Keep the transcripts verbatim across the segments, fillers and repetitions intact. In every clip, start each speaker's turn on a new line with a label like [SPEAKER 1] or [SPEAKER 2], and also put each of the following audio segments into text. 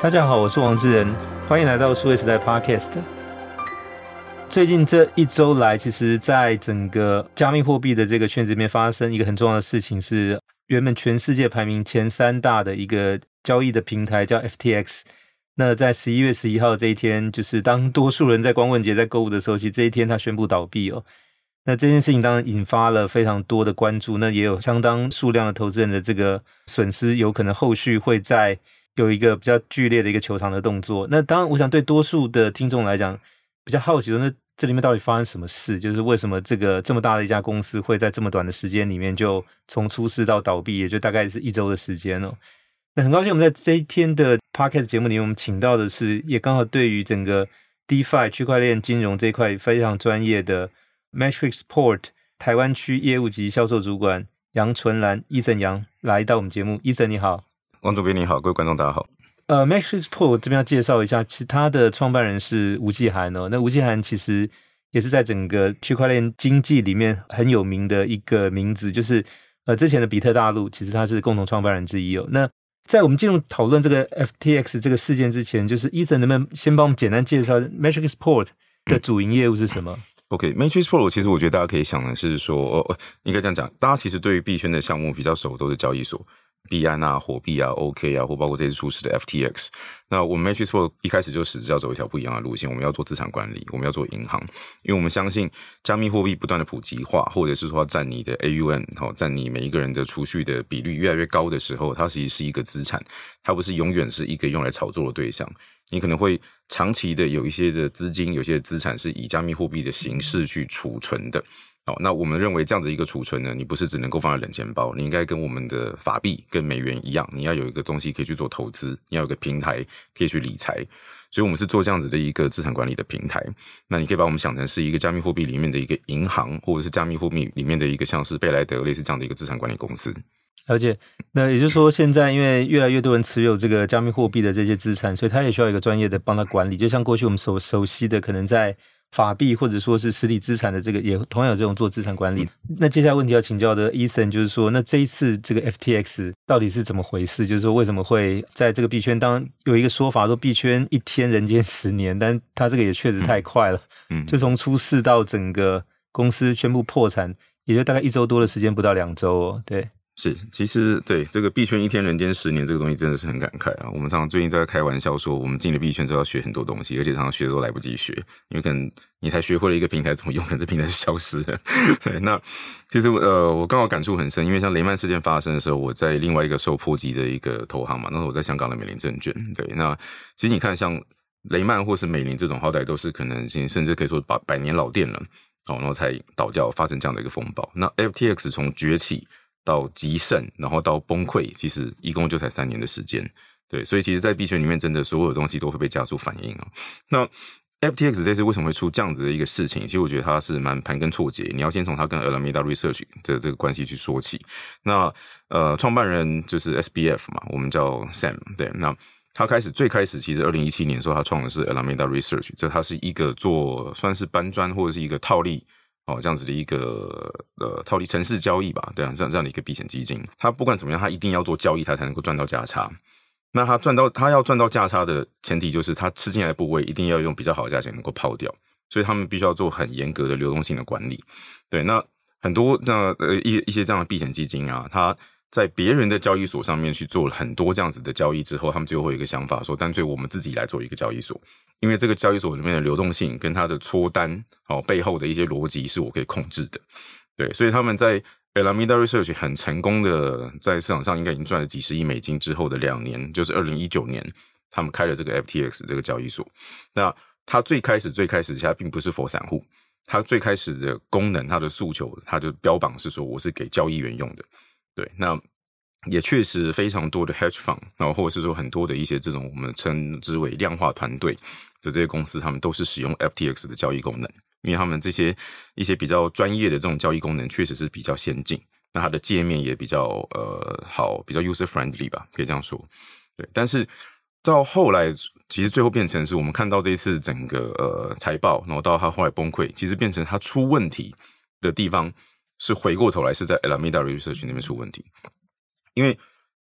[SPEAKER 1] 大家好，我是王志仁，欢迎来到数位时代 Podcast。最近这一周来，其实在整个加密货币的这个圈子里面发生一个很重要的事情，是原本全世界排名前三大的一个交易的平台叫 F T X。那在十一月十一号这一天，就是当多数人在光棍节在购物的时候，其实这一天它宣布倒闭哦。那这件事情当然引发了非常多的关注，那也有相当数量的投资人的这个损失，有可能后续会在有一个比较剧烈的一个求偿的动作。那当然我想对多数的听众来讲比较好奇的，那这里面到底发生什么事，就是为什么这个这么大的一家公司会在这么短的时间里面就从出事到倒闭，也就大概是一周的时间哦。那很高兴我们在这一天的 Podcast 节目里面，我们请到的是也刚好对于整个 DeFi 区块链金融这一块非常专业的 Matrixport 台湾区业务及销售主管杨纯兰 Ethan 杨来到我们节目。 Ethan 你好。
[SPEAKER 2] 王主编你好，各位观众大家好。
[SPEAKER 1] 呃 Matrixport 我这边要介绍一下，其实他的创办人是吴继涵哦。那吴继涵其实也是在整个区块链经济里面很有名的一个名字，就是呃之前的比特大陆，其实他是共同创办人之一哦。那在我们进入讨论这个 F T X 这个事件之前，就是 Ethan 能不能先帮我们简单介绍 Matrixport 的主营业务是什么？
[SPEAKER 2] OK，Matrixport 其实我觉得大家可以想的是说，哦，应该这样讲，大家其实对于币圈的项目比较熟，都是交易所。币安啊、火币啊、O K 啊，或包括这次出事的 F T X。那我们 Matrixport 一开始就始终要走一条不一样的路线，我们要做资产管理，我们要做银行，因为我们相信加密货币不断的普及化，或者是说占你的 A U M， 占你每一个人的储蓄的比率越来越高的时候，它其实是一个资产，它不是永远是一个用来炒作的对象。你可能会长期的有一些的资金，有些的资产是以加密货币的形式去储存的。好，那我们认为这样子一个储存呢，你不是只能够放在冷钱包，你应该跟我们的法币跟美元一样，你要有一个东西可以去做投资，你要有一个平台可以去理财，所以我们是做这样子的一个资产管理的平台。那你可以把我们想成是一个加密货币里面的一个银行，或者是加密货币里面的一个像是贝莱德类似这样的一个资产管理公司。
[SPEAKER 1] 了解。那也就是说，现在因为越来越多人持有这个加密货币的这些资产，所以他也需要一个专业的帮他管理，就像过去我们所熟悉的可能在法币或者说是实体资产的这个也同样有这种做资产管理。嗯、那接下来问题要请教的 Ethan 就是说，那这一次这个 F T X 到底是怎么回事？就是说为什么会在这个币圈，当有一个说法说币圈一天人间十年，但他这个也确实太快了，嗯嗯、就从出事到整个公司宣布破产，也就大概一周多的时间，不到两周哦。对。
[SPEAKER 2] 是，其实对这个币圈一天人间十年这个东西真的是很感慨啊！我们常常最近在开玩笑说，我们进了币圈之后要学很多东西，而且常常学的都来不及学，因为可能你才学会了一个平台怎么用，可能这平台是消失了。对，那其实呃，我刚好感触很深，因为像雷曼事件发生的时候，我在另外一个受波及的一个投行嘛，那时候我在香港的美林证券。对，那其实你看像雷曼或是美林这种，好歹都是可能甚至可以说百百年老店了，哦，然后才倒掉，发生这样的一个风暴。那 F T X 从崛起到极盛，然后到崩溃，其实一共就才三年的时间。对，所以其实在币圈里面真的所有的东西都会被加速反应啊。那 F T X 这次为什么会出这样子的一个事情，其实我觉得它是蛮盘根错节，你要先从它跟 Alameda Research 的这个关系去说起。那呃，创办人就是 S B F 嘛，我们叫 Sam。 对，那他开始最开始其实二零一七年的时候他创的是 Alameda Research， 这它是一个做算是搬砖或者是一个套利哦，这样子的一个呃套利程式交易吧，对啊，这样这样的一个避险基金，它不管怎么样，它一定要做交易，它才能够赚到价差。那它赚到，它要赚到价差的前提就是它吃进来的部位一定要用比较好的价钱能够抛掉，所以他们必须要做很严格的流动性的管理。对，那很多这样呃一一些这样的避险基金啊，它在别人的交易所上面去做了很多这样子的交易之后，他们最后会有一个想法说，干脆我们自己来做一个交易所。因为这个交易所里面的流动性跟它的撮单哦背后的一些逻辑是我可以控制的，对，所以他们在 Alameda Research 很成功的在市场上应该已经赚了几十亿美金之后的两年，就是二零一九年，他们开了这个 F T X 这个交易所。那它最开始最开始它并不是 for 散户，它最开始的功能，它的诉求，它就标榜是说我是给交易员用的，对，那也确实非常多的 hedge fund， 然后或者是说很多的一些这种我们称之为量化团队的这些公司，他们都是使用 F T X 的交易功能，因为他们这些一些比较专业的这种交易功能确实是比较先进，那它的界面也比较呃好，比较 user friendly 吧，可以这样说。对，但是到后来其实最后变成是我们看到这一次整个呃财报，然后到它后来崩溃，其实变成它出问题的地方是回过头来是在 Alameda Research 那边出问题。因为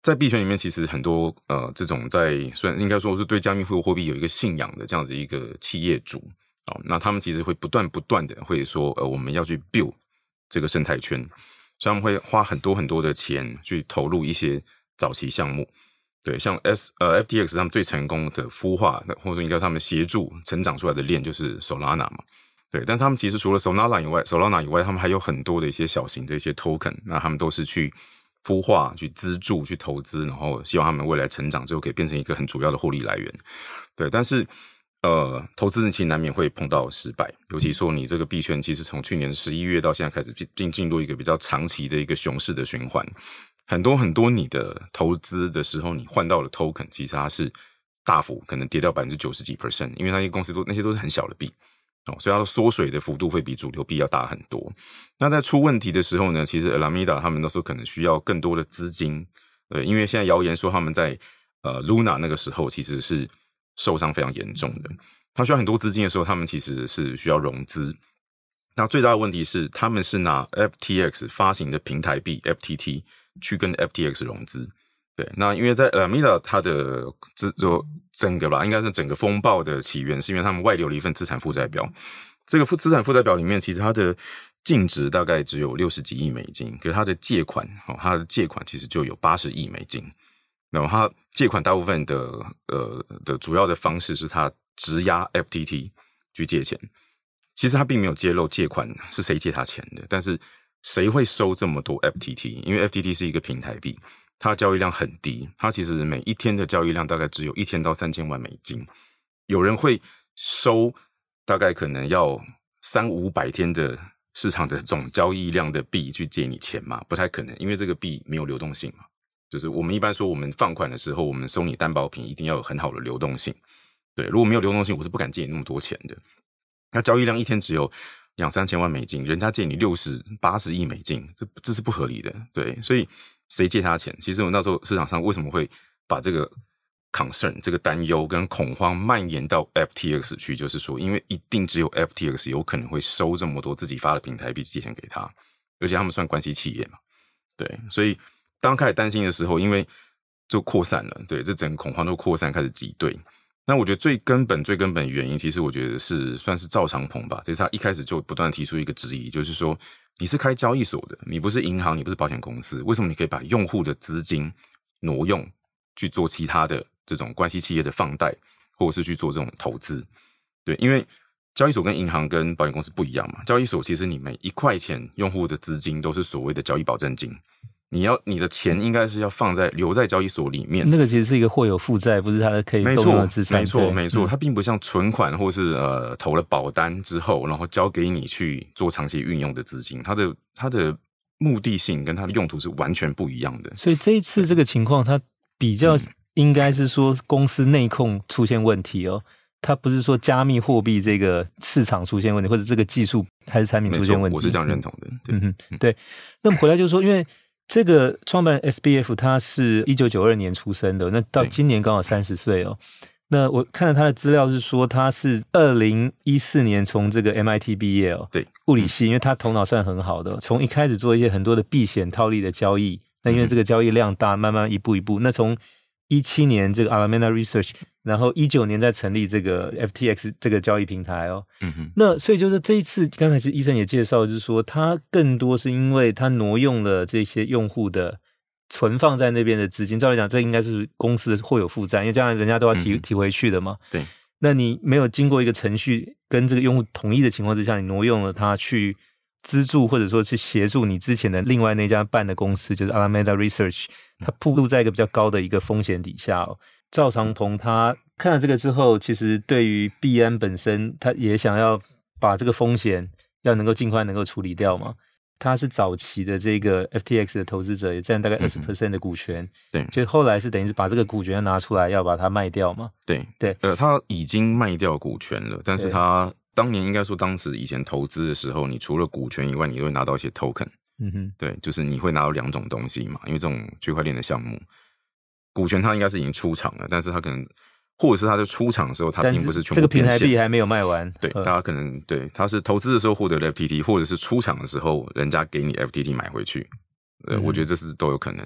[SPEAKER 2] 在币圈里面，其实很多呃这种在虽然应该说是对加密货币有一个信仰的这样子一个企业主哦，那他们其实会不断不断的会说呃我们要去 build 这个生态圈，所以他们会花很多很多的钱去投入一些早期项目。对，像 S 呃 F T X 他们最成功的孵化，或者说应该他们协助成长出来的链就是 Solana 嘛。对，但是他们其实除了 Solana 以外 ，Solana 以外，他们还有很多的一些小型的一些 token， 那他们都是去孵化、去资助、去投资，然后希望他们未来成长之后可以变成一个很主要的获利来源。对，但是呃，投资人其实难免会碰到失败，尤其说你这个币圈其实从去年十一月到现在开始进进入一个比较长期的一个熊市的循环，很多很多你的投资的时候，你换到了 token， 其实它是大幅可能跌掉百分之九十几 percent， 因为那些公司都那些都是很小的币。哦，所以它的缩水的幅度会比主流币要大很多。那在出问题的时候呢，其实 Alameda 他们那时候可能需要更多的资金，对，因为现在谣言说他们在呃 Luna 那个时候其实是受伤非常严重的，他需要很多资金的时候，他们其实是需要融资。那最大的问题是，他们是拿 F T X 发行的平台币 F T T 去跟 F T X 融资。对，那因为在 Alameda 它的这就整个吧，应该是整个风暴的起源，是因为他们外流了一份资产负债表。这个资产负债表里面，其实它的净值大概只有六十几亿美金，可是它的借款，哦，它的借款其实就有八十亿美金。然后它借款大部分的呃的主要的方式是它质押 F T T 去借钱。其实它并没有揭露借款是谁借他钱的，但是谁会收这么多 F T T？ 因为 F T T 是一个平台币。它的交易量很低，它其实每一天的交易量大概只有一千到三千万美金。有人会收大概可能要三五百天的市场的总交易量的币去借你钱吗？不太可能，因为这个币没有流动性嘛。就是我们一般说，我们放款的时候，我们收你担保品一定要有很好的流动性。对，如果没有流动性，我是不敢借你那么多钱的。那交易量一天只有两三千万美金，人家借你六十八十亿美金，这这是不合理的。对，所以谁借他钱？其实我那时候市场上为什么会把这个 concern 这个担忧跟恐慌蔓延到 F T X 去，就是说，因为一定只有 F T X 有可能会收这么多自己发的平台币借钱给他，而且他们算关系企业嘛，对，所以当开始担心的时候，因为就扩散了，对，这整个恐慌都扩散开始挤兑。那我觉得最根本、最根本的原因，其实我觉得是算是赵长鹏吧。这是他一开始就不断提出一个质疑，就是说你是开交易所的，你不是银行，你不是保险公司，为什么你可以把用户的资金挪用去做其他的这种关系企业的放贷，或者是去做这种投资？对，因为交易所跟银行跟保险公司不一样嘛。交易所其实你每一块钱用户的资金都是所谓的交易保证金。你要你的钱应该是要放在留在交易所里面，
[SPEAKER 1] 那个其实是一个或有负债，不是它的可以动用的资产。
[SPEAKER 2] 没错，没错，它并不像存款或是呃投了保单之后，然后交给你去做长期运用的资金，它的它的目的性跟它的用途是完全不一样的。
[SPEAKER 1] 所以这一次这个情况，它比较应该是说公司内控出现问题哦。它不是说加密货币这个市场出现问题，或者这个技术还是产品出现问题。
[SPEAKER 2] 我是这样认同的。对，
[SPEAKER 1] 嗯哼，对。那么回来就是说，因为这个创办人 S B F 他是一九九二年出生的，那到今年刚好三十岁哦。那我看了他的资料是说，他是二零一四年从这个 M I T 毕业哦，
[SPEAKER 2] 对，
[SPEAKER 1] 物理系，因为他头脑算很好的，从一开始做一些很多的避险套利的交易，那因为这个交易量大，慢慢一步一步，那从一七年这个 Alameda Research， 然后一九年再成立这个 F T X 这个交易平台哦。嗯哼。那所以就是这一次，刚才其实医生也介绍，就是说他更多是因为他挪用了这些用户的存放在那边的资金。照理讲，这应该是公司或有负债，因为这样人家都要提、嗯、提回去的嘛。
[SPEAKER 2] 对。
[SPEAKER 1] 那你没有经过一个程序跟这个用户同意的情况之下，你挪用了它去资助或者说去协助你之前的另外那家办的公司，就是 Alameda Research， 它暴露在一个比较高的一个风险底下哦。赵长鹏他看了这个之后，其实对于币安本身，他也想要把这个风险要能够尽快能够处理掉嘛。他是早期的这个 F T X 的投资者，也占大概 百分之二十 的股权、嗯、
[SPEAKER 2] 对，
[SPEAKER 1] 就后来是等于是把这个股权拿出来要把它卖掉嘛。
[SPEAKER 2] 对
[SPEAKER 1] 对，
[SPEAKER 2] 呃，他已经卖掉股权了，但是他当年应该说当时以前投资的时候，你除了股权以外，你都会拿到一些 token。嗯哼，对，就是你会拿到两种东西嘛，因为这种区块链的项目，股权它应该是已经出场了，但是它可能或者是它在出场的时候，它并不是全部变现，
[SPEAKER 1] 这个平台币还没有卖完。
[SPEAKER 2] 对，大家可能对它是投资的时候获得了 F T T， 或者是出场的时候人家给你 F T T 买回去。呃、嗯，我觉得这是都有可能的。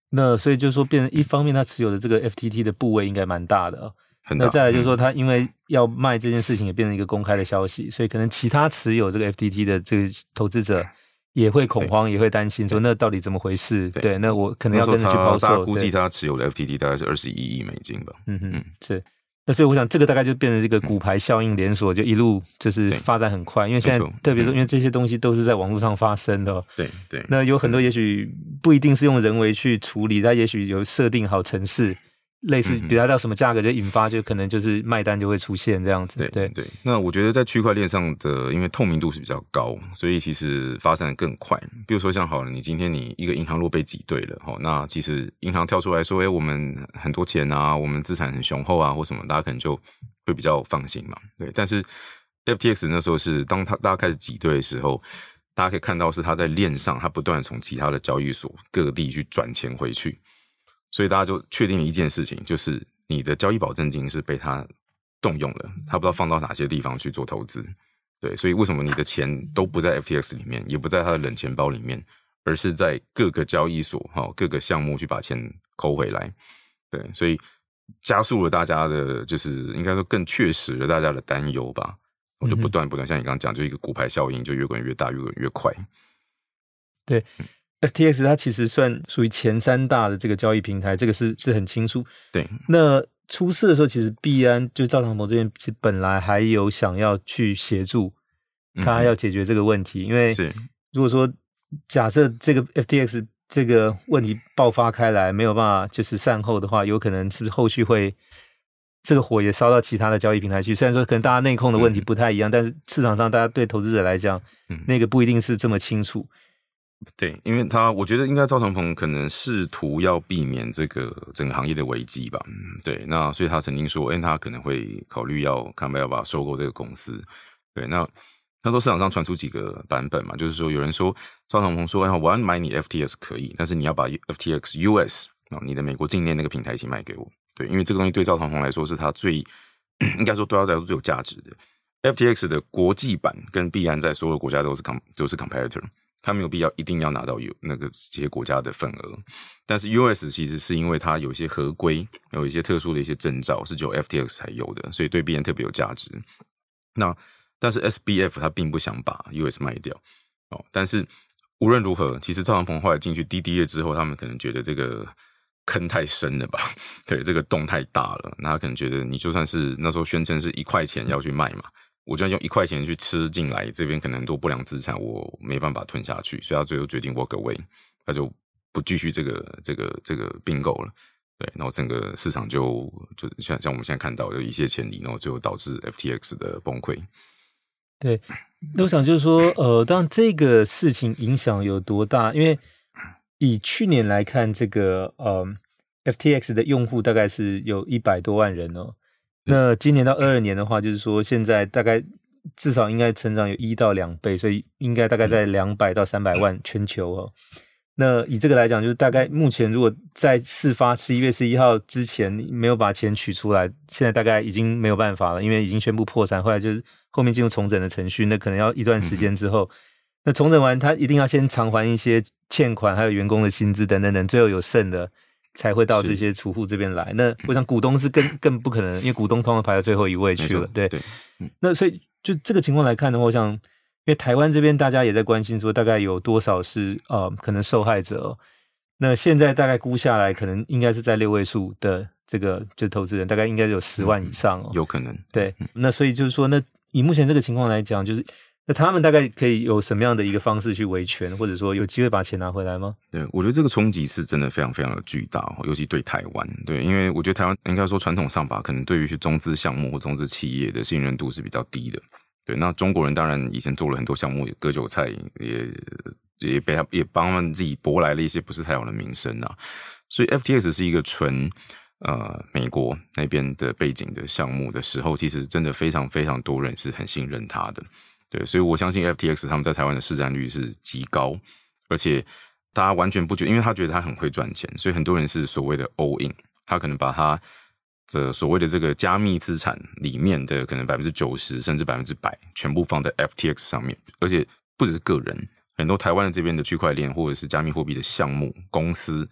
[SPEAKER 1] 那所以就是说变成一方面他持有的这个 F T T 的部位应该蛮大的、哦、
[SPEAKER 2] 很大。
[SPEAKER 1] 那再来就是说他因为要卖这件事情也变成一个公开的消息，所以可能其他持有这个 F T T 的这个投资者也会恐慌，也会担心说那到底怎么回事？ 对, 对，那我可能要跟着去抛售。
[SPEAKER 2] 大家估计他持有的 F T T 大概是二十一亿美金吧。
[SPEAKER 1] 嗯哼，嗯是。那所以我想这个大概就变成这个骨牌效应连锁，就一路就是发展很快，因为现在特别说因为这些东西都是在网络上发生的、哦、
[SPEAKER 2] 对对。
[SPEAKER 1] 那有很多也许不一定是用人为去处理，它也许有设定好程式，类似比如到什么价格就引发就可能就是卖单就会出现这样子。
[SPEAKER 2] 对对对。那我觉得在区块链上的因为透明度是比较高，所以其实发展更快。比如说像好了，你今天你一个银行若被挤兑了，那其实银行跳出来说，哎，我们很多钱啊，我们资产很雄厚啊或什么，大家可能就会比较放心嘛。对，但是 F T X 那时候是当他大家开始挤兑的时候，大家可以看到是他在链上他不断的从其他的交易所各地去转钱回去，所以大家就确定了一件事情，就是你的交易保证金是被他动用了，他不知道放到哪些地方去做投资。对，所以为什么你的钱都不在 F T X 里面，也不在他的冷钱包里面，而是在各个交易所各个项目去把钱抠回来。对，所以加速了大家的就是应该说更确实了大家的担忧吧。我就不断不断像你刚刚讲，就一个骨牌效应就越滚越大越滚越快。
[SPEAKER 1] 对、嗯、F T X 它其实算属于前三大的这个交易平台，这个是是很清楚。
[SPEAKER 2] 对，
[SPEAKER 1] 那出事的时候其实币安就赵长鹏这边其实本来还有想要去协助他要解决这个问题、嗯、因为如果说假设这个 F T X 这个问题爆发开来没有办法就是善后的话，有可能是不是后续会这个火也烧到其他的交易平台去，虽然说可能大家内控的问题不太一样、嗯、但是市场上大家对投资者来讲、嗯、那个不一定是这么清楚。
[SPEAKER 2] 对，因为他我觉得应该赵长鹏可能试图要避免这个整个行业的危机吧。对，那所以他曾经说哎，他可能会考虑要看要不要收购这个公司。对，那那时候市场上传出几个版本嘛，就是说有人说赵长鹏说哎，我要买你 F T X 可以，但是你要把 F T X U S 你的美国境内那个平台一起卖给我。对，因为这个东西对赵长鹏来说是他最应该说对他来说最有价值的。F T X 的国际版跟币安在所有国家都是 com 都是 competitor， 他没有必要一定要拿到有那个这些国家的份额。但是 U S 其实是因为它有一些合规，有一些特殊的一些证照是只有 F T X 才有的，所以对币安特别有价值。那但是 S B F 他并不想把 U S 卖掉、哦、但是无论如何，其实赵长鹏后来进去滴滴了之后，他们可能觉得这个坑太深了吧，对，这个洞太大了，那他可能觉得你就算是那时候宣称是一块钱要去卖嘛，我就要用一块钱去吃进来，这边可能很多不良资产我没办法吞下去，所以他最后决定 walk away， 他就不继续这个这个这个并购了。对，然后整个市场就就像像我们现在看到有一泻千里，然后最后导致 F T X 的崩溃。
[SPEAKER 1] 对，那我想就是说，呃，当然这个事情影响有多大？因为以去年来看，这个呃 F T X 的用户大概是有一百多万人哦。那今年到二二年的话，就是说现在大概至少应该成长有一到两倍，所以应该大概在两百到三百万全球哦。那以这个来讲，就是大概目前如果在事发十一月十一号之前没有把钱取出来，现在大概已经没有办法了，因为已经宣布破产，后来就是后面进入重整的程序，那可能要一段时间之后、嗯、那重整完他一定要先偿还一些欠款，还有员工的薪资等等等，最后有剩的才会到这些储户这边来。那我想股东是更更不可能，因为股东通常排到最后一位去了。对，
[SPEAKER 2] 对、嗯、
[SPEAKER 1] 那所以就这个情况来看的话，我想因为台湾这边大家也在关心说大概有多少是呃可能受害者、哦、那现在大概估下来可能应该是在六位数的这个就投资人大概应该有十万以上哦、
[SPEAKER 2] 嗯、有可能。
[SPEAKER 1] 对、嗯、那所以就是说那以目前这个情况来讲，就是那他们大概可以有什么样的一个方式去维权，或者说有机会把钱拿回来吗？
[SPEAKER 2] 对，我觉得这个冲击是真的非常非常的巨大，尤其对台湾。对，因为我觉得台湾应该说传统上吧，可能对于中资项目或中资企业的信任度是比较低的。对，那中国人当然以前做了很多项目，割韭菜，也也被他也帮他们自己博来了一些不是太好的名声啊。所以 F T X 是一个纯呃美国那边的背景的项目的时候，其实真的非常非常多人是很信任他的。对，所以我相信 F T X 他们在台湾的市占率是极高，而且大家完全不觉得，因为他觉得他很会赚钱，所以很多人是所谓的 all in， 他可能把他这所谓的这个加密资产里面的可能 百分之九十 甚至 百分之百 全部放在 F T X 上面，而且不只是个人，很多台湾的这边的区块链或者是加密货币的项目公司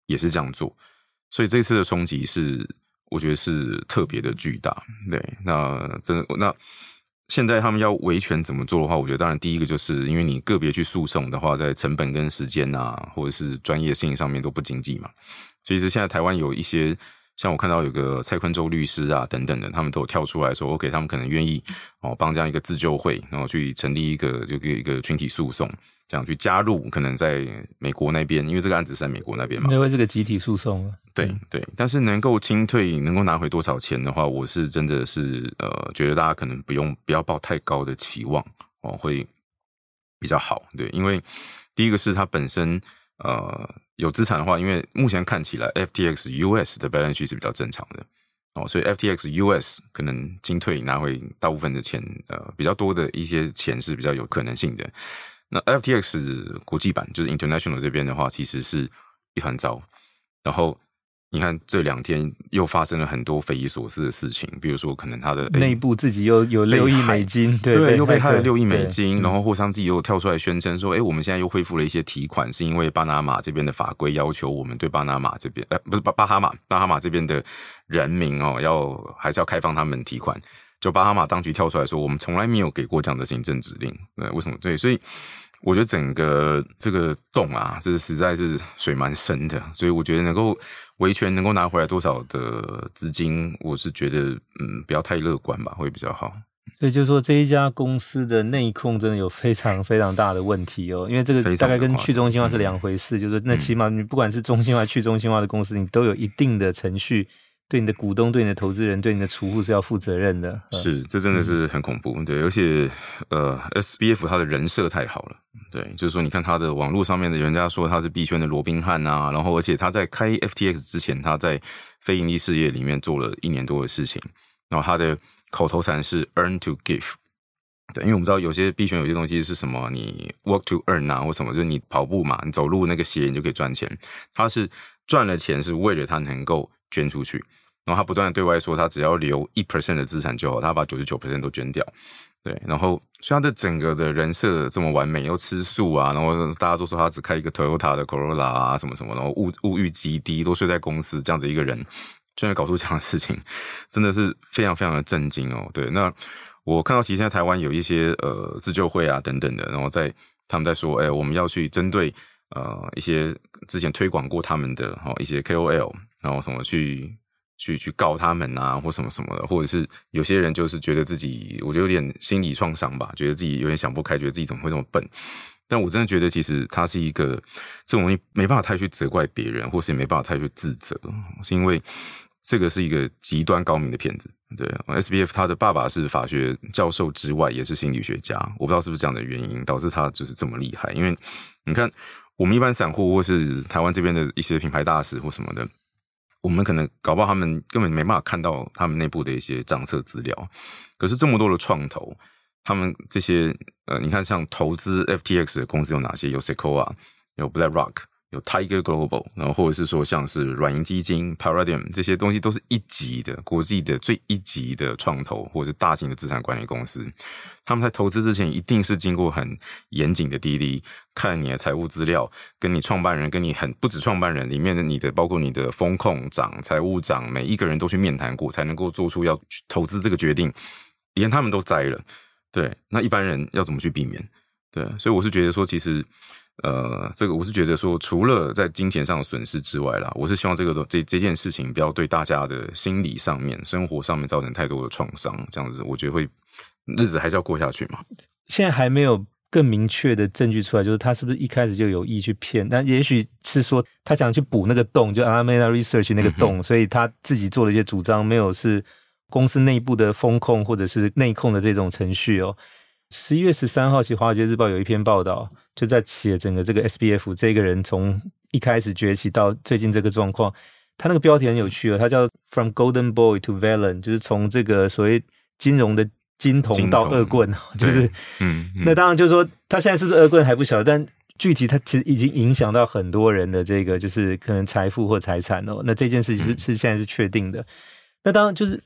[SPEAKER 2] 也是这样做，所以这次的冲击是我觉得是特别的巨大。对，那真的那现在他们要维权怎么做的话，我觉得当然第一个就是因为你个别去诉讼的话，在成本跟时间啊，或者是专业性上面都不经济嘛，所以是现在台湾有一些。像我看到有个蔡坤洲律师啊等等的，他们都有跳出来说 ，OK， 他们可能愿意哦帮这样一个自救会，然后去成立一个就一个群体诉讼，这样去加入可能在美国那边，因为这个案子是在美国那边嘛，
[SPEAKER 1] 因为这个集体诉讼了。
[SPEAKER 2] 对对，但是能够清退，能够拿回多少钱的话，我是真的是呃觉得大家可能不用不要抱太高的期望哦，会比较好。对，因为第一个是它本身。呃，有资产的话，因为目前看起来 F T X U S 的 balance sheet 是比较正常的哦，所以 F T X U S 可能清退拿回大部分的钱，呃，比较多的一些钱是比较有可能性的。那 F T X 国际版就是 International 这边的话，其实是一团糟。然后你看这两天又发生了很多匪夷所思的事情，比如说可能他的
[SPEAKER 1] 内部自己又有六亿美金，对
[SPEAKER 2] 对，又被害了六亿美金，
[SPEAKER 1] 对
[SPEAKER 2] 然后或商自己又跳出来宣称说，哎，我们现在又恢复了一些提款，是因为巴拿马这边的法规要求我们对巴拿马这边，呃，不是巴巴哈马，巴哈马这边的人民哦，要还是要开放他们提款。就巴哈马当局跳出来说，我们从来没有给过这样的行政指令，对，为什么？对，所以。我觉得整个这个洞啊，这实在是水蛮深的，所以我觉得能够维权能够拿回来多少的资金，我是觉得嗯不要太乐观吧，会比较好。
[SPEAKER 1] 所以就是说这一家公司的内控真的有非常非常大的问题哦，因为这个大概跟去中心化是两回事，嗯、就是那起码你不管是中心化、去中心化的公司，你都有一定的程序。对你的股东、对你的投资人、对你的储户是要负责任的。
[SPEAKER 2] 是，这真的是很恐怖。嗯、对，而且呃 ，S B F 它的人设太好了。对，就是说，你看他的网络上面的人家说他是币圈的罗宾汉啊，然后而且他在开 F T X 之前，他在非盈利事业里面做了一年多的事情，然后他的口头禅是 earn to give。对，因为我们知道有些币圈有些东西是什么，你 work to earn 啊，或什么，就是你跑步嘛，你走路那个鞋你就可以赚钱。他是赚了钱是为了他能够捐出去。然后他不断的对外说，他只要留 百分之一 的资产就好，他把 百分之九十九 都捐掉。对，然后所以他的整个的人设这么完美，又吃素啊，然后大家都说他只开一个 Toyota 的 Corolla 啊，什么什么，然后物物欲极低，都睡在公司，这样子一个人，居然搞出这样的事情，真的是非常非常的震惊哦。对，那我看到其实现在台湾有一些呃自救会啊等等的，然后在他们在说，哎，我们要去针对呃一些之前推广过他们的哦一些 K O L， 然后什么去。去去告他们啊，或什么什么的，或者是有些人就是觉得自己，我觉得有点心理创伤吧，觉得自己有点想不开，觉得自己怎么会这么笨。但我真的觉得，其实他是一个这种东西没办法太去责怪别人，或是也没办法太去自责，是因为这个是一个极端高明的骗子。对 ，S B F 他的爸爸是法学教授之外，也是心理学家，我不知道是不是这样的原因导致他就是这么厉害。因为你看，我们一般散户或是台湾这边的一些品牌大使或什么的。我们可能搞不好他们根本没办法看到他们内部的一些账册资料，可是这么多的创投，他们这些呃，你看像投资 F T X 的公司有哪些？有 Sequoia， 有 BlackRock， 有 Tiger Global， 然后或者是说像是软银基金 Paradigm 这些东西都是一级的国际的最一级的创投或者是大型的资产管理公司，他们在投资之前一定是经过很严谨的滴滴看你的财务资料，跟你创办人，跟你很不止创办人里面的你的包括你的风控长、财务长，每一个人都去面谈过，才能够做出要投资这个决定，连他们都栽了。对，那一般人要怎么去避免？对，所以我是觉得说，其实。呃，这个我是觉得说，除了在金钱上的损失之外啦，我是希望这个这这件事情不要对大家的心理上面、生活上面造成太多的创伤，这样子我觉得会日子还是要过下去嘛。
[SPEAKER 1] 现在还没有更明确的证据出来，就是他是不是一开始就有意去骗，但也许是说他想去补那个洞，就 Alameda Research 那个洞、嗯，所以他自己做了一些主张，没有是公司内部的风控或者是内控的这种程序哦。十一月十三号，其实《华尔街日报》有一篇报道，就在写整个这个 S B F 这个人从一开始崛起到最近这个状况。他那个标题很有趣哦，他叫 From Golden Boy to Villain， 就是从这个所谓金融的金童到恶棍，就是嗯，嗯，那当然就是说他现在是不是恶棍还不晓得，但具体他其实已经影响到很多人的这个就是可能财富或财产哦。那这件事情是是现在是确定的。那当然就是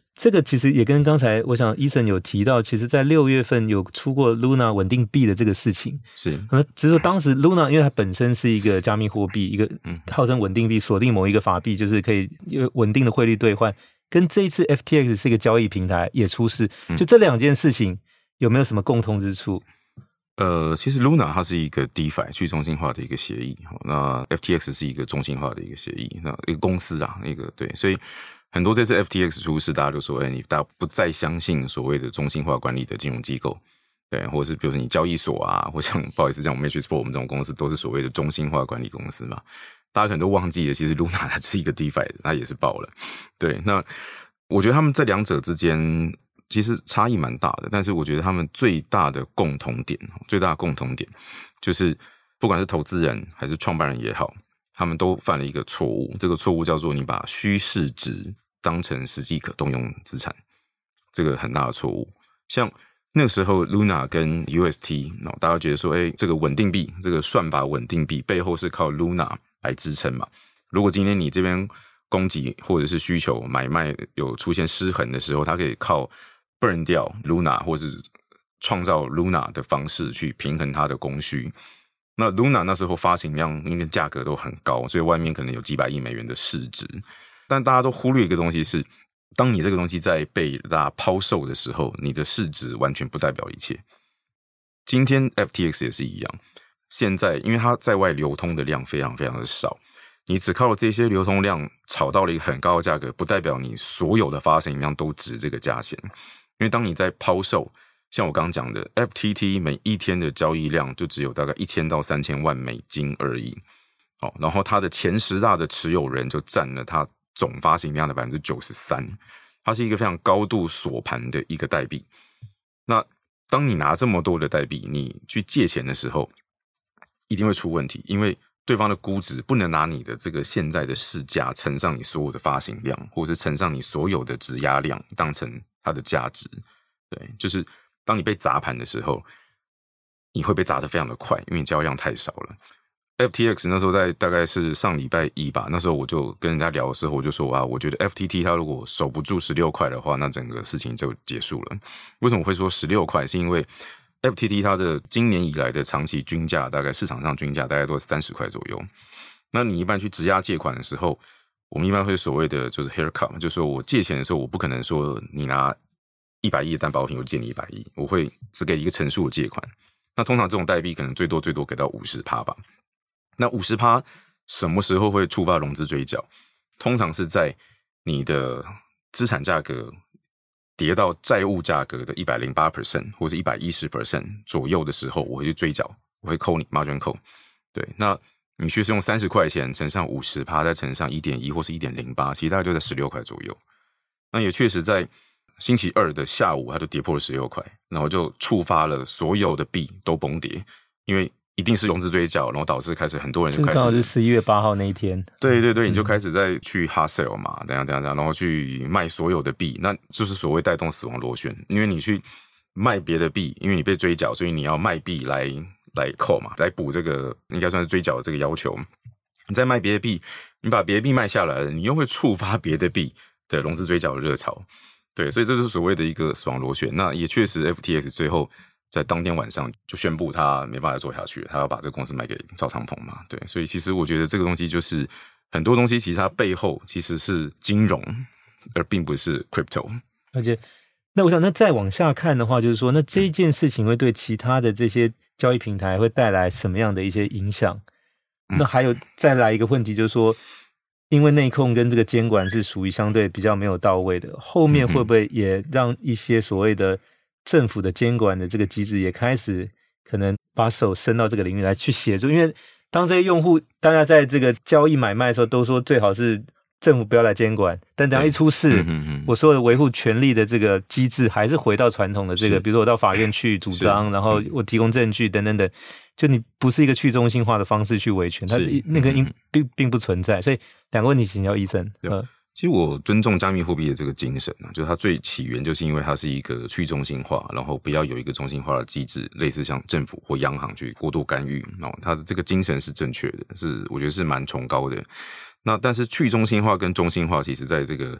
[SPEAKER 1] 这个其实也跟刚才我想 Ethan 有提到，其实在六月份有出过 Luna 稳定币的这个事情，
[SPEAKER 2] 是，
[SPEAKER 1] 呃，只是说当时 Luna 因为它本身是一个加密货币，一个号称稳定币，锁定某一个法币，就是可以有稳定的汇率兑换，跟这一次 F T X 是一个交易平台也出事，就这两件事情有没有什么共通之处？
[SPEAKER 2] 呃，其实 Luna 它是一个 DeFi 去中心化的一个协议，那 F T X 是一个中心化的一个协议，那一个公司啊，一个对，所以很多这次 F T X 出事，大家就说，哎、欸，你大家不再相信所谓的中心化管理的金融机构，对，或者是比如说你交易所啊，或像不好意思，像我们 Matrixport 我们这种公司都是所谓的中心化管理公司嘛，大家可能都忘记了，其实 Luna 它是一个 DeFi 的，它也是爆了，对，那我觉得他们这两者之间其实差异蛮大的，但是我觉得他们最大的共同点，最大的共同点就是不管是投资人还是创办人也好，他们都犯了一个错误，这个错误叫做你把虚市值当成实际可动用资产，这个很大的错误。像那个时候 Luna 跟 U S T， 大家觉得说，哎，这个稳定币，这个算法稳定币背后是靠 Luna 来支撑嘛？如果今天你这边供给或者是需求买卖有出现失衡的时候，它可以靠 burn 掉 Luna 或是创造 Luna 的方式去平衡它的供需。那 Luna 那时候发行量因为价格都很高，所以外面可能有几百亿美元的市值，但大家都忽略一个东西是，当你这个东西在被大家抛售的时候，你的市值完全不代表一切。今天 F T X 也是一样，现在因为它在外流通的量非常非常的少，你只靠这些流通量炒到了一个很高的价格，不代表你所有的发行量都值这个价钱。因为当你在抛售，像我刚刚讲的 F T T 每一天的交易量就只有大概一千到三千万美金而已，哦，然后它的前十大的持有人就占了它总发行量的 百分之九十三， 它是一个非常高度锁盘的一个代币。那当你拿这么多的代币，你去借钱的时候一定会出问题，因为对方的估值不能拿你的这个现在的市价乘上你所有的发行量，或者是乘上你所有的质押量当成它的价值。对，就是当你被砸盘的时候，你会被砸得非常的快，因为你交易量太少了。F T X 那时候在大概是上礼拜一吧，那时候我就跟人家聊的时候，我就说啊，我觉得 F T T 它如果守不住十六块的话，那整个事情就结束了。为什么我会说十六块？是因为 F T T 它的今年以来的长期均价，大概市场上均价大概都是三十块左右。那你一般去质押借款的时候，我们一般会所谓的就是 haircut， 就是说我借钱的时候，我不可能说你拿一百亿的担保品，我借你一百亿，我会只给一个乘数的借款。那通常这种代币可能最多最多给到 百分之五十 吧。那 百分之五十 什么时候会触发融资追缴？通常是在你的资产价格跌到债务价格的 百分之一百零八 或者 百分之一百一十 左右的时候，我会去追缴，我会扣你 margin call。对，那你却是用三十块钱乘上 百分之五十， 再乘上 一点一 或是 一点零八， 其实大概就在十六块左右。那也确实在星期二的下午，它就跌破了十六块，然后就触发了所有的币都崩跌，因为一定是融资追缴，然后导致开始很多人就开始，
[SPEAKER 1] 刚好是十一月八号那一天，
[SPEAKER 2] 对对对，你就开始在去 hard sell 嘛，等一下等一下，然后去卖所有的币，那就是所谓带动死亡螺旋，因为你去卖别的币，因为你被追缴，所以你要卖币来来扣嘛，来补这个应该算是追缴的这个要求。你再卖别的币，你把别的币卖下来了，你又会触发别的币的融资追缴的热潮，对，所以这就是所谓的一个死亡螺旋。那也确实 F T X 最后在当天晚上就宣布他没办法做下去了，他要把这个公司卖给赵长鹏嘛，对，所以其实我觉得这个东西就是很多东西其实它背后其实是金融，而并不是 crypto。
[SPEAKER 1] 而且，那我想那再往下看的话，就是说，那这一件事情会对其他的这些交易平台会带来什么样的一些影响？嗯、那还有再来一个问题，就是说，因为内控跟这个监管是属于相对比较没有到位的，后面会不会也让一些所谓的政府的监管的这个机制也开始可能把手伸到这个领域来去协助？因为当这些用户大家在这个交易买卖的时候都说最好是政府不要来监管，但等一下一出事、嗯嗯嗯、我所有的维护权利的这个机制还是回到传统的这个，比如说我到法院去主张，然后我提供证据等等等，就你不是一个去中心化的方式去维权，它那个并并不存在。所以两个问题请教医生。
[SPEAKER 2] 嗯，其实我尊重加密货币的这个精神、啊、就是它最起源就是因为它是一个去中心化，然后不要有一个中心化的机制，类似像政府或央行去过度干预、哦、它的这个精神是正确的，是我觉得是蛮崇高的。那但是去中心化跟中心化其实在这个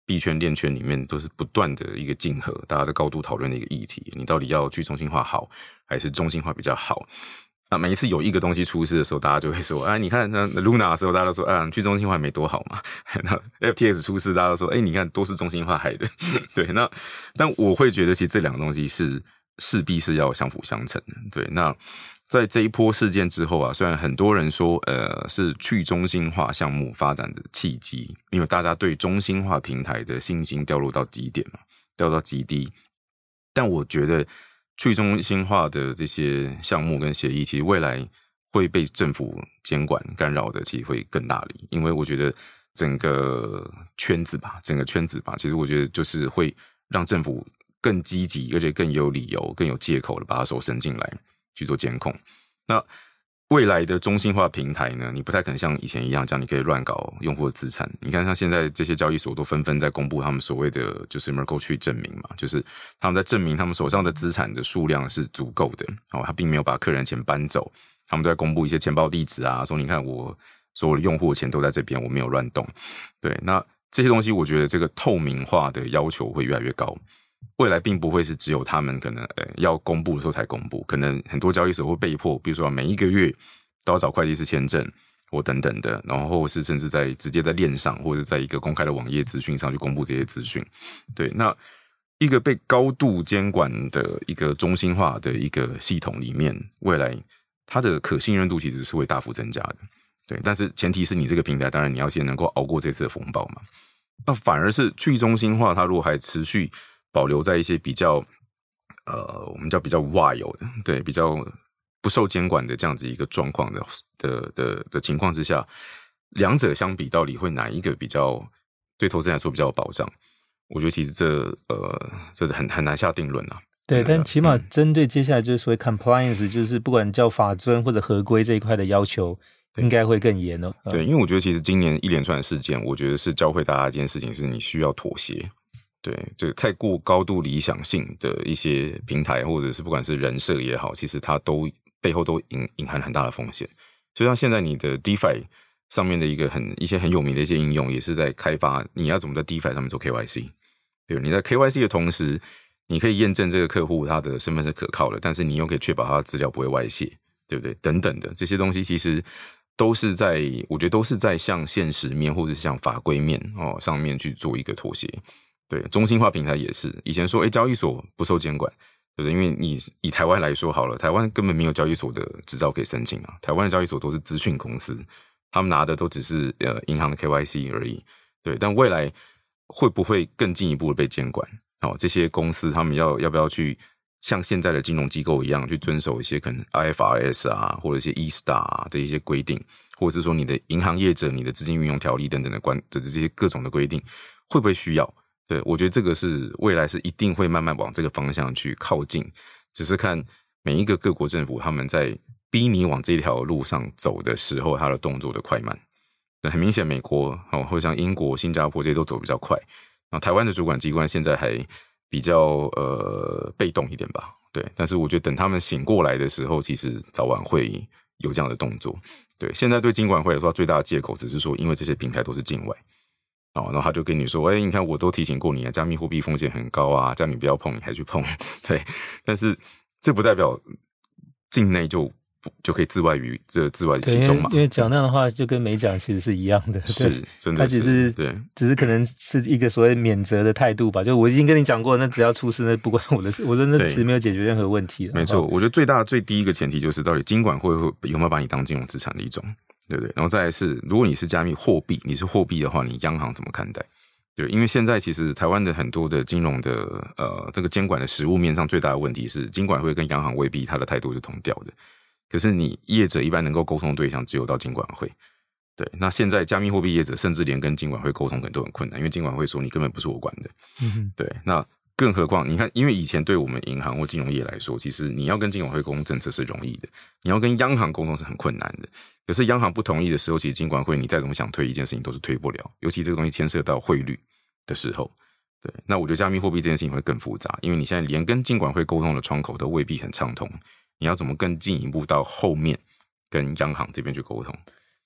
[SPEAKER 2] 币圈链圈里面都是不断的一个竞合，大家的高度讨论的一个议题，你到底要去中心化好还是中心化比较好？啊，每一次有一个东西出事的时候，大家就会说，哎，你看那 Luna 的时候，大家都说，啊，去中心化没多好嘛。那 F T X 出事，大家都说，哎，你看都是中心化害的。对，那但我会觉得，其实这两个东西是势必是要相辅相成的。对，那在这一波事件之后啊，虽然很多人说，呃，是去中心化项目发展的契机，因为大家对中心化平台的信心掉落到极点嘛，掉到极低，但我觉得。去中心化的这些项目跟协议，其实未来会被政府监管干扰的，其实会更大力。因为我觉得整个圈子吧，整个圈子吧，其实我觉得就是会让政府更积极，而且更有理由、更有借口的把它手伸进来去做监控。那未来的中心化平台呢，你不太可能像以前一样，这样你可以乱搞用户的资产。你看，像现在这些交易所都纷纷在公布他们所谓的就是 Merkle Tree 证明嘛，就是他们在证明他们手上的资产的数量是足够的哦，他并没有把客人钱搬走，他们都在公布一些钱包地址啊，说你看我所有的用户的钱都在这边，我没有乱动。对，那这些东西我觉得这个透明化的要求会越来越高。未来并不会是只有他们可能呃要公布的时候才公布，可能很多交易所会被迫，比如说每一个月都要找会计师签证或等等的，然后是甚至在直接在链上或者在一个公开的网页资讯上去公布这些资讯。对，那一个被高度监管的一个中心化的一个系统里面，未来它的可信任度其实是会大幅增加的。对，但是前提是你这个平台，当然你要先能够熬过这次的风暴嘛。那反而是去中心化，它如果还持续保留在一些比较呃，我们叫比较 wild 的，对，比较不受监管的这样子一个状况的的的的情况之下，两者相比，到底会哪一个比较对投资人来说比较有保障？我觉得其实这呃，这很很难下定论啊。
[SPEAKER 1] 对，但起码针对接下来就是所谓 compliance，、嗯、就是不管叫法遵或者合规这一块的要求，应该会更严哦。
[SPEAKER 2] 对，因为我觉得其实今年一连串的事件，我觉得是教会大家一件事情，是你需要妥协。对，就太过高度理想性的一些平台，或者是不管是人设也好，其实它都背后都隐隐含很大的风险。就像现在你的 DeFi 上面的一个很一些很有名的一些应用，也是在开发你要怎么在 DeFi 上面做 K Y C。对，你在 K Y C 的同时，你可以验证这个客户他的身份是可靠的，但是你又可以确保他的资料不会外泄，对不对？等等的这些东西，其实都是在我觉得都是在向现实面或者是向法规面哦上面去做一个妥协。对，中心化平台也是，以前说，哎，交易所不受监管，对不对？因为你以台湾来说好了，台湾根本没有交易所的执照可以申请啊，台湾的交易所都是资讯公司，他们拿的都只是呃银行的 K Y C 而已。对，但未来会不会更进一步的被监管？哦，这些公司他们要要不要去像现在的金融机构一样去遵守一些可能 I F R S 啊，或者一些 E S T A 啊的一些规定，或者是说你的银行业者、你的资金运用条例等等的关的这些各种的规定，会不会需要？对，我觉得这个是未来是一定会慢慢往这个方向去靠近，只是看每一个各国政府他们在逼你往这条路上走的时候，他的动作的快慢。很明显，美国哦，或像英国、新加坡这些都走比较快，然后台湾的主管机关现在还比较呃被动一点吧，对。但是我觉得等他们醒过来的时候，其实早晚会有这样的动作。对，现在对金管会来说，最大的借口只是说，因为这些平台都是境外。哦，然后他就跟你说，哎，你看我都提醒过你啊，加密货币风险很高啊，叫你不要碰，你还去碰，对。但是这不代表境内就就可以自外于这自外其中嘛？
[SPEAKER 1] 因为讲那样的话，就跟没讲其实是一样的，
[SPEAKER 2] 是真的是，
[SPEAKER 1] 他只是
[SPEAKER 2] 对，
[SPEAKER 1] 只是可能是一个所谓免责的态度吧。就我已经跟你讲过，那只要出事，那不关我的事。我说那其实没有解决任何问题。
[SPEAKER 2] 没错，我觉得最大最第一个前提就是，到底金管会有没有把你当金融资产的一种？对不对？然后再来是，如果你是加密货币，你是货币的话，你央行怎么看待？对，因为现在其实台湾的很多的金融的呃这个监管的实务面上最大的问题是，金管会跟央行未必他的态度是同调的。可是你业者一般能够沟通的对象只有到金管会。对，那现在加密货币业者甚至连跟金管会沟通可能都很困难，因为金管会说你根本不是我管的。嗯哼，对，那更何况你看，因为以前对我们银行或金融业来说，其实你要跟金管会沟通政策是容易的，你要跟央行沟通是很困难的。可是央行不同意的时候，其实金管会你再怎么想推一件事情都是推不了，尤其这个东西牵涉到汇率的时候。对，那我觉得加密货币这件事情会更复杂，因为你现在连跟金管会沟通的窗口都未必很畅通，你要怎么更进一步到后面跟央行这边去沟通？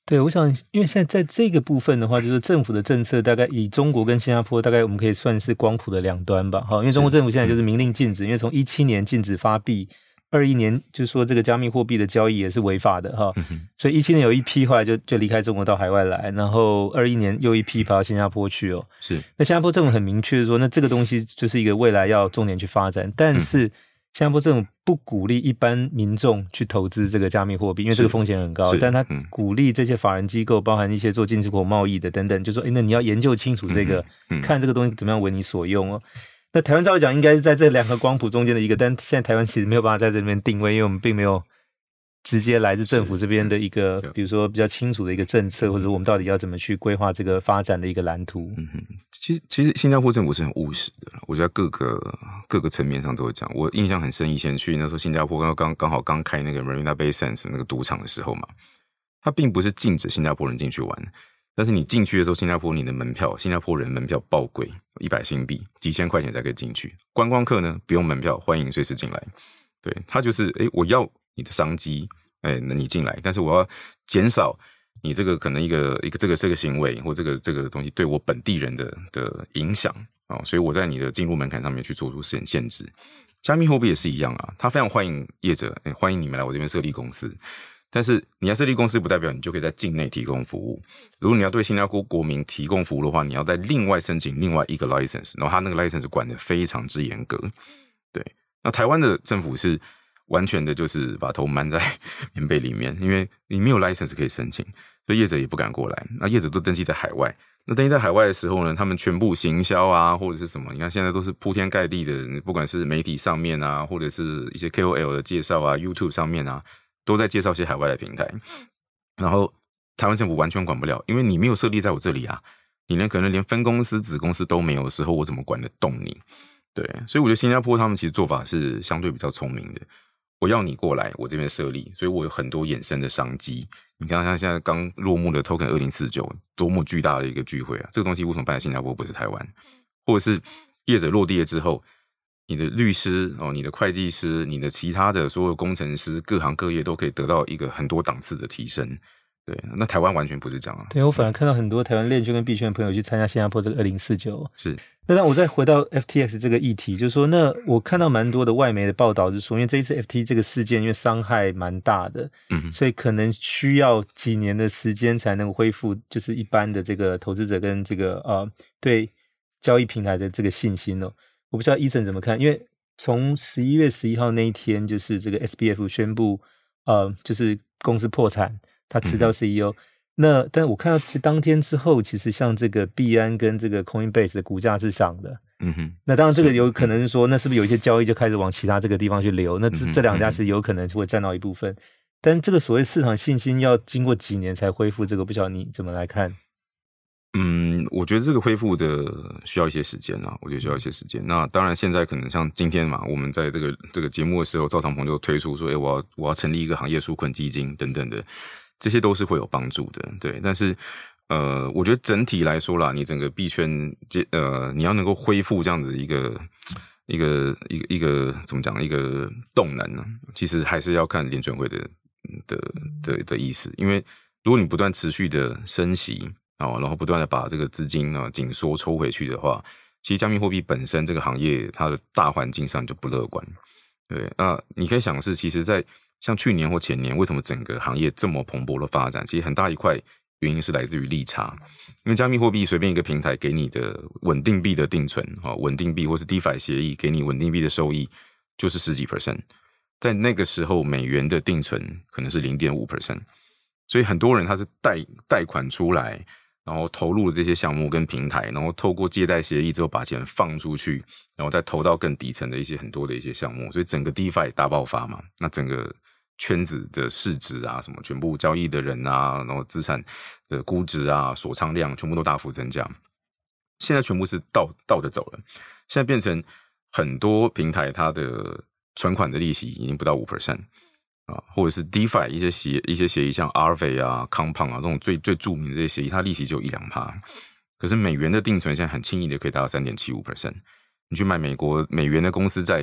[SPEAKER 1] 对，我想，因为现在在这个部分的话，就是政府的政策大概以中国跟新加坡，大概我们可以算是光谱的两端吧。哈，因为中国政府现在就是明令禁止，嗯、因为从一七年禁止发币，二一年就是说这个加密货币的交易也是违法的哈。嗯、所以一七年有一批后来就就离开中国到海外来，然后二一年又一批跑到新加坡去哦。
[SPEAKER 2] 是，
[SPEAKER 1] 那新加坡政府很明确的说，那这个东西就是一个未来要重点去发展，但是。嗯新加坡政府不鼓励一般民众去投资这个加密货币，因为这个风险很高。但他鼓励这些法人机构，包含一些做进出口贸易的等等，就说：“哎，那你要研究清楚这个，嗯嗯、看这个东西怎么样为你所用哦。”那台湾照理讲应该是在这两个光谱中间的一个，但现在台湾其实没有办法在这边定位，因为我们并没有直接来自政府这边的一个，比如说比较清楚的一个政策，或者我们到底要怎么去规划这个发展的一个蓝图。
[SPEAKER 2] 嗯哼，其实其实新加坡政府是很务实的，我觉得各个各个层面上都有讲。我印象很深，以前去那时候新加坡刚刚刚好刚开那个 Marina Bay Sands 那个赌场的时候嘛，它并不是禁止新加坡人进去玩，但是你进去的时候，新加坡你的门票，新加坡人门票爆贵，一百新币，几千块钱才可以进去。观光客呢不用门票，欢迎随时进来。对，他就是哎，我要你的商机，哎，那你进来，但是我要减少你这个可能一个一个这个这个行为或这个这个东西对我本地人的的影响啊、哦，所以我在你的进入门槛上面去做出限限制。加密货币也是一样啊，他非常欢迎业者，哎，欢迎你们来我这边设立公司。但是你要设立公司，不代表你就可以在境内提供服务。如果你要对新加坡国民提供服务的话，你要再另外申请另外一个 license， 然后他那个 license 管得非常之严格。对，那台湾的政府是完全的就是把头埋在棉被里面，因为你没有 license 可以申请，所以业者也不敢过来。那业者都登记在海外，那登记在海外的时候呢，他们全部行销啊或者是什么，你看现在都是铺天盖地的，不管是媒体上面啊，或者是一些 K O L 的介绍啊 YouTube 上面啊，都在介绍一些海外的平台。然后台湾政府完全管不了，因为你没有设立在我这里啊，你连可能连分公司子公司都没有的时候，我怎么管得动你？对，所以我觉得新加坡他们其实做法是相对比较聪明的。我要你过来我这边设立，所以我有很多衍生的商机。你看像现在刚落幕的 Token 二零四九，多么巨大的一个聚会啊，这个东西为什么办在新加坡不是台湾？或者是业者落地了之后，你的律师哦，你的会计师，你的其他的所有工程师，各行各业都可以得到一个很多档次的提升。对，那台湾完全不是这样啊。
[SPEAKER 1] 对，我反而看到很多台湾链圈跟币圈的朋友去参加新加坡这个二零四九。
[SPEAKER 2] 是。
[SPEAKER 1] 那让我再回到 F T X 这个议题，就是说，那我看到蛮多的外媒的报道是说，因为这一次 F T 这个事件，因为伤害蛮大的，嗯，所以可能需要几年的时间才能恢复，就是一般的这个投资者跟这个呃对交易平台的这个信心哦。我不知道 Eason 怎么看，因为从十一月十一号那一天，就是这个 S B F 宣布，呃，就是公司破产。他辞掉 C E O，、嗯、那但我看到其实当天之后，其实像这个币安跟这个 Coinbase 的股价是涨的，嗯哼。那当然这个有可能是说，那是不是有一些交易就开始往其他这个地方去流？那这、嗯、这两家其实有可能会占到一部分，但这个所谓市场信心要经过几年才恢复，这个不晓得你怎么来看？
[SPEAKER 2] 嗯，我觉得这个恢复的需要一些时间啊，我觉得需要一些时间。那当然，现在可能像今天嘛，我们在这个这个节目的时候，赵长鹏就推出说，哎、欸，我要我要成立一个行业纾困基金等等的。这些都是会有帮助的，对。但是，呃，我觉得整体来说啦，你整个币圈，呃，你要能够恢复这样子一个一个一个一个怎么讲一个动能呢？其实还是要看联准会的的的的意思。因为如果你不断持续的升息哦，然后不断的把这个资金呢紧缩抽回去的话，其实加密货币本身这个行业它的大环境上就不乐观。对，那你可以想是，其实在像去年或前年，为什么整个行业这么蓬勃的发展？其实很大一块原因是来自于利差，因为加密货币随便一个平台给你的稳定币的定存，稳定币或是 DeFi 协议给你稳定币的收益就是十几 percent， 在那个时候美元的定存可能是 零点五 percent， 所以很多人他是贷贷款出来，然后投入了这些项目跟平台，然后透过借贷协议之后把钱放出去，然后再投到更底层的一些很多的一些项目，所以整个 DeFi 大爆发嘛，那整个圈子的市值啊，什么全部交易的人啊，然后资产的估值啊，锁仓量全部都大幅增加。现在全部是倒倒着走了，现在变成很多平台它的存款的利息已经不到 百分之五 啊，或者是 DeFi 一些协一些协议，像 Aave 啊、Compound 啊这种最最著名的这些协议，它利息只有 百分之一到两。可是美元的定存现在很轻易的可以达到 百分之三点七五。你去买美国美元的公司债，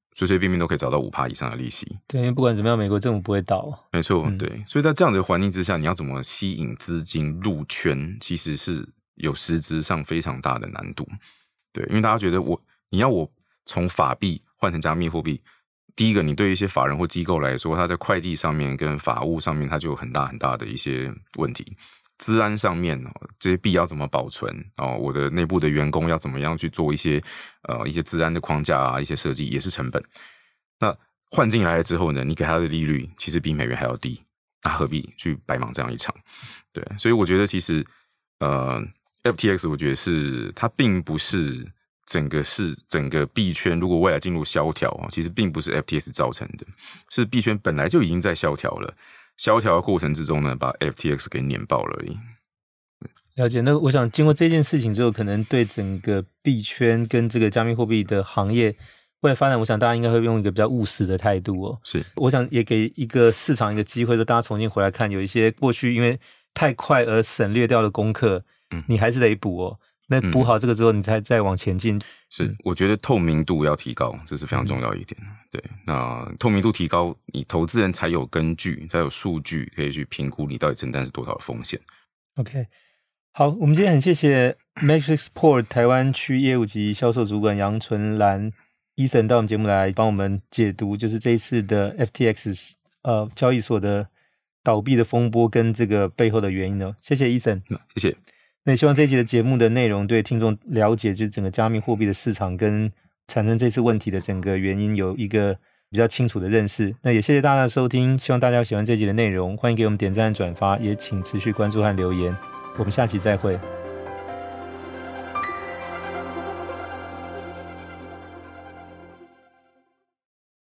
[SPEAKER 2] 随随便便都可以找到 百分之五 以上的利息。
[SPEAKER 1] 对，因为不管怎么样，美国政府不会倒。
[SPEAKER 2] 没错，
[SPEAKER 1] 嗯、
[SPEAKER 2] 对，所以在这样的环境之下，你要怎么吸引资金入圈，其实是有实质上非常大的难度。对，因为大家觉得我你要我从法币换成加密货币，第一个，你对一些法人或机构来说，它在会计上面跟法务上面，它就有很大很大的一些问题。资安上面这些币要怎么保存哦？我的内部的员工要怎么样去做一些呃一些资安的框架啊，一些设计也是成本。那换进来了之后呢，你给它的利率其实比美元还要低，那何必去白忙这样一场？对，所以我觉得其实呃 F T X 我觉得是它并不是整个是整个币圈如果未来进入萧条啊，其实并不是 F T X 造成的，是币圈本来就已经在萧条了。萧条的过程之中呢，把 F T X 给碾爆了而已。
[SPEAKER 1] 了解，那我想经过这件事情之后，可能对整个币圈跟这个加密货币的行业未来发展，我想大家应该会用一个比较务实的态度哦。
[SPEAKER 2] 是，
[SPEAKER 1] 我想也给一个市场一个机会，说大家重新回来看，有一些过去因为太快而省略掉的功课，嗯，你还是得补哦。那补好这个之后，你才再往前进。
[SPEAKER 2] 是，我觉得透明度要提高，这是非常重要一点。嗯、对，那透明度提高，你投资人才有根据，才有数据可以去评估你到底承担是多少的风险。
[SPEAKER 1] OK， 好，我们今天很谢谢 Matrixport 台湾区业务及销售主管杨纯兰 Ethan 到我们节目来帮我们解读，就是这一次的 F T X 呃交易所的倒闭的风波跟这个背后的原因哦。谢谢 Ethan，
[SPEAKER 2] 谢谢。
[SPEAKER 1] 那希望这一集的节目的内容对听众了解就是整个加密货币的市场跟产生这次问题的整个原因有一个比较清楚的认识。那也谢谢大家的收听，希望大家喜欢这集的内容，欢迎给我们点赞转发，也请持续关注和留言。我们下期再会。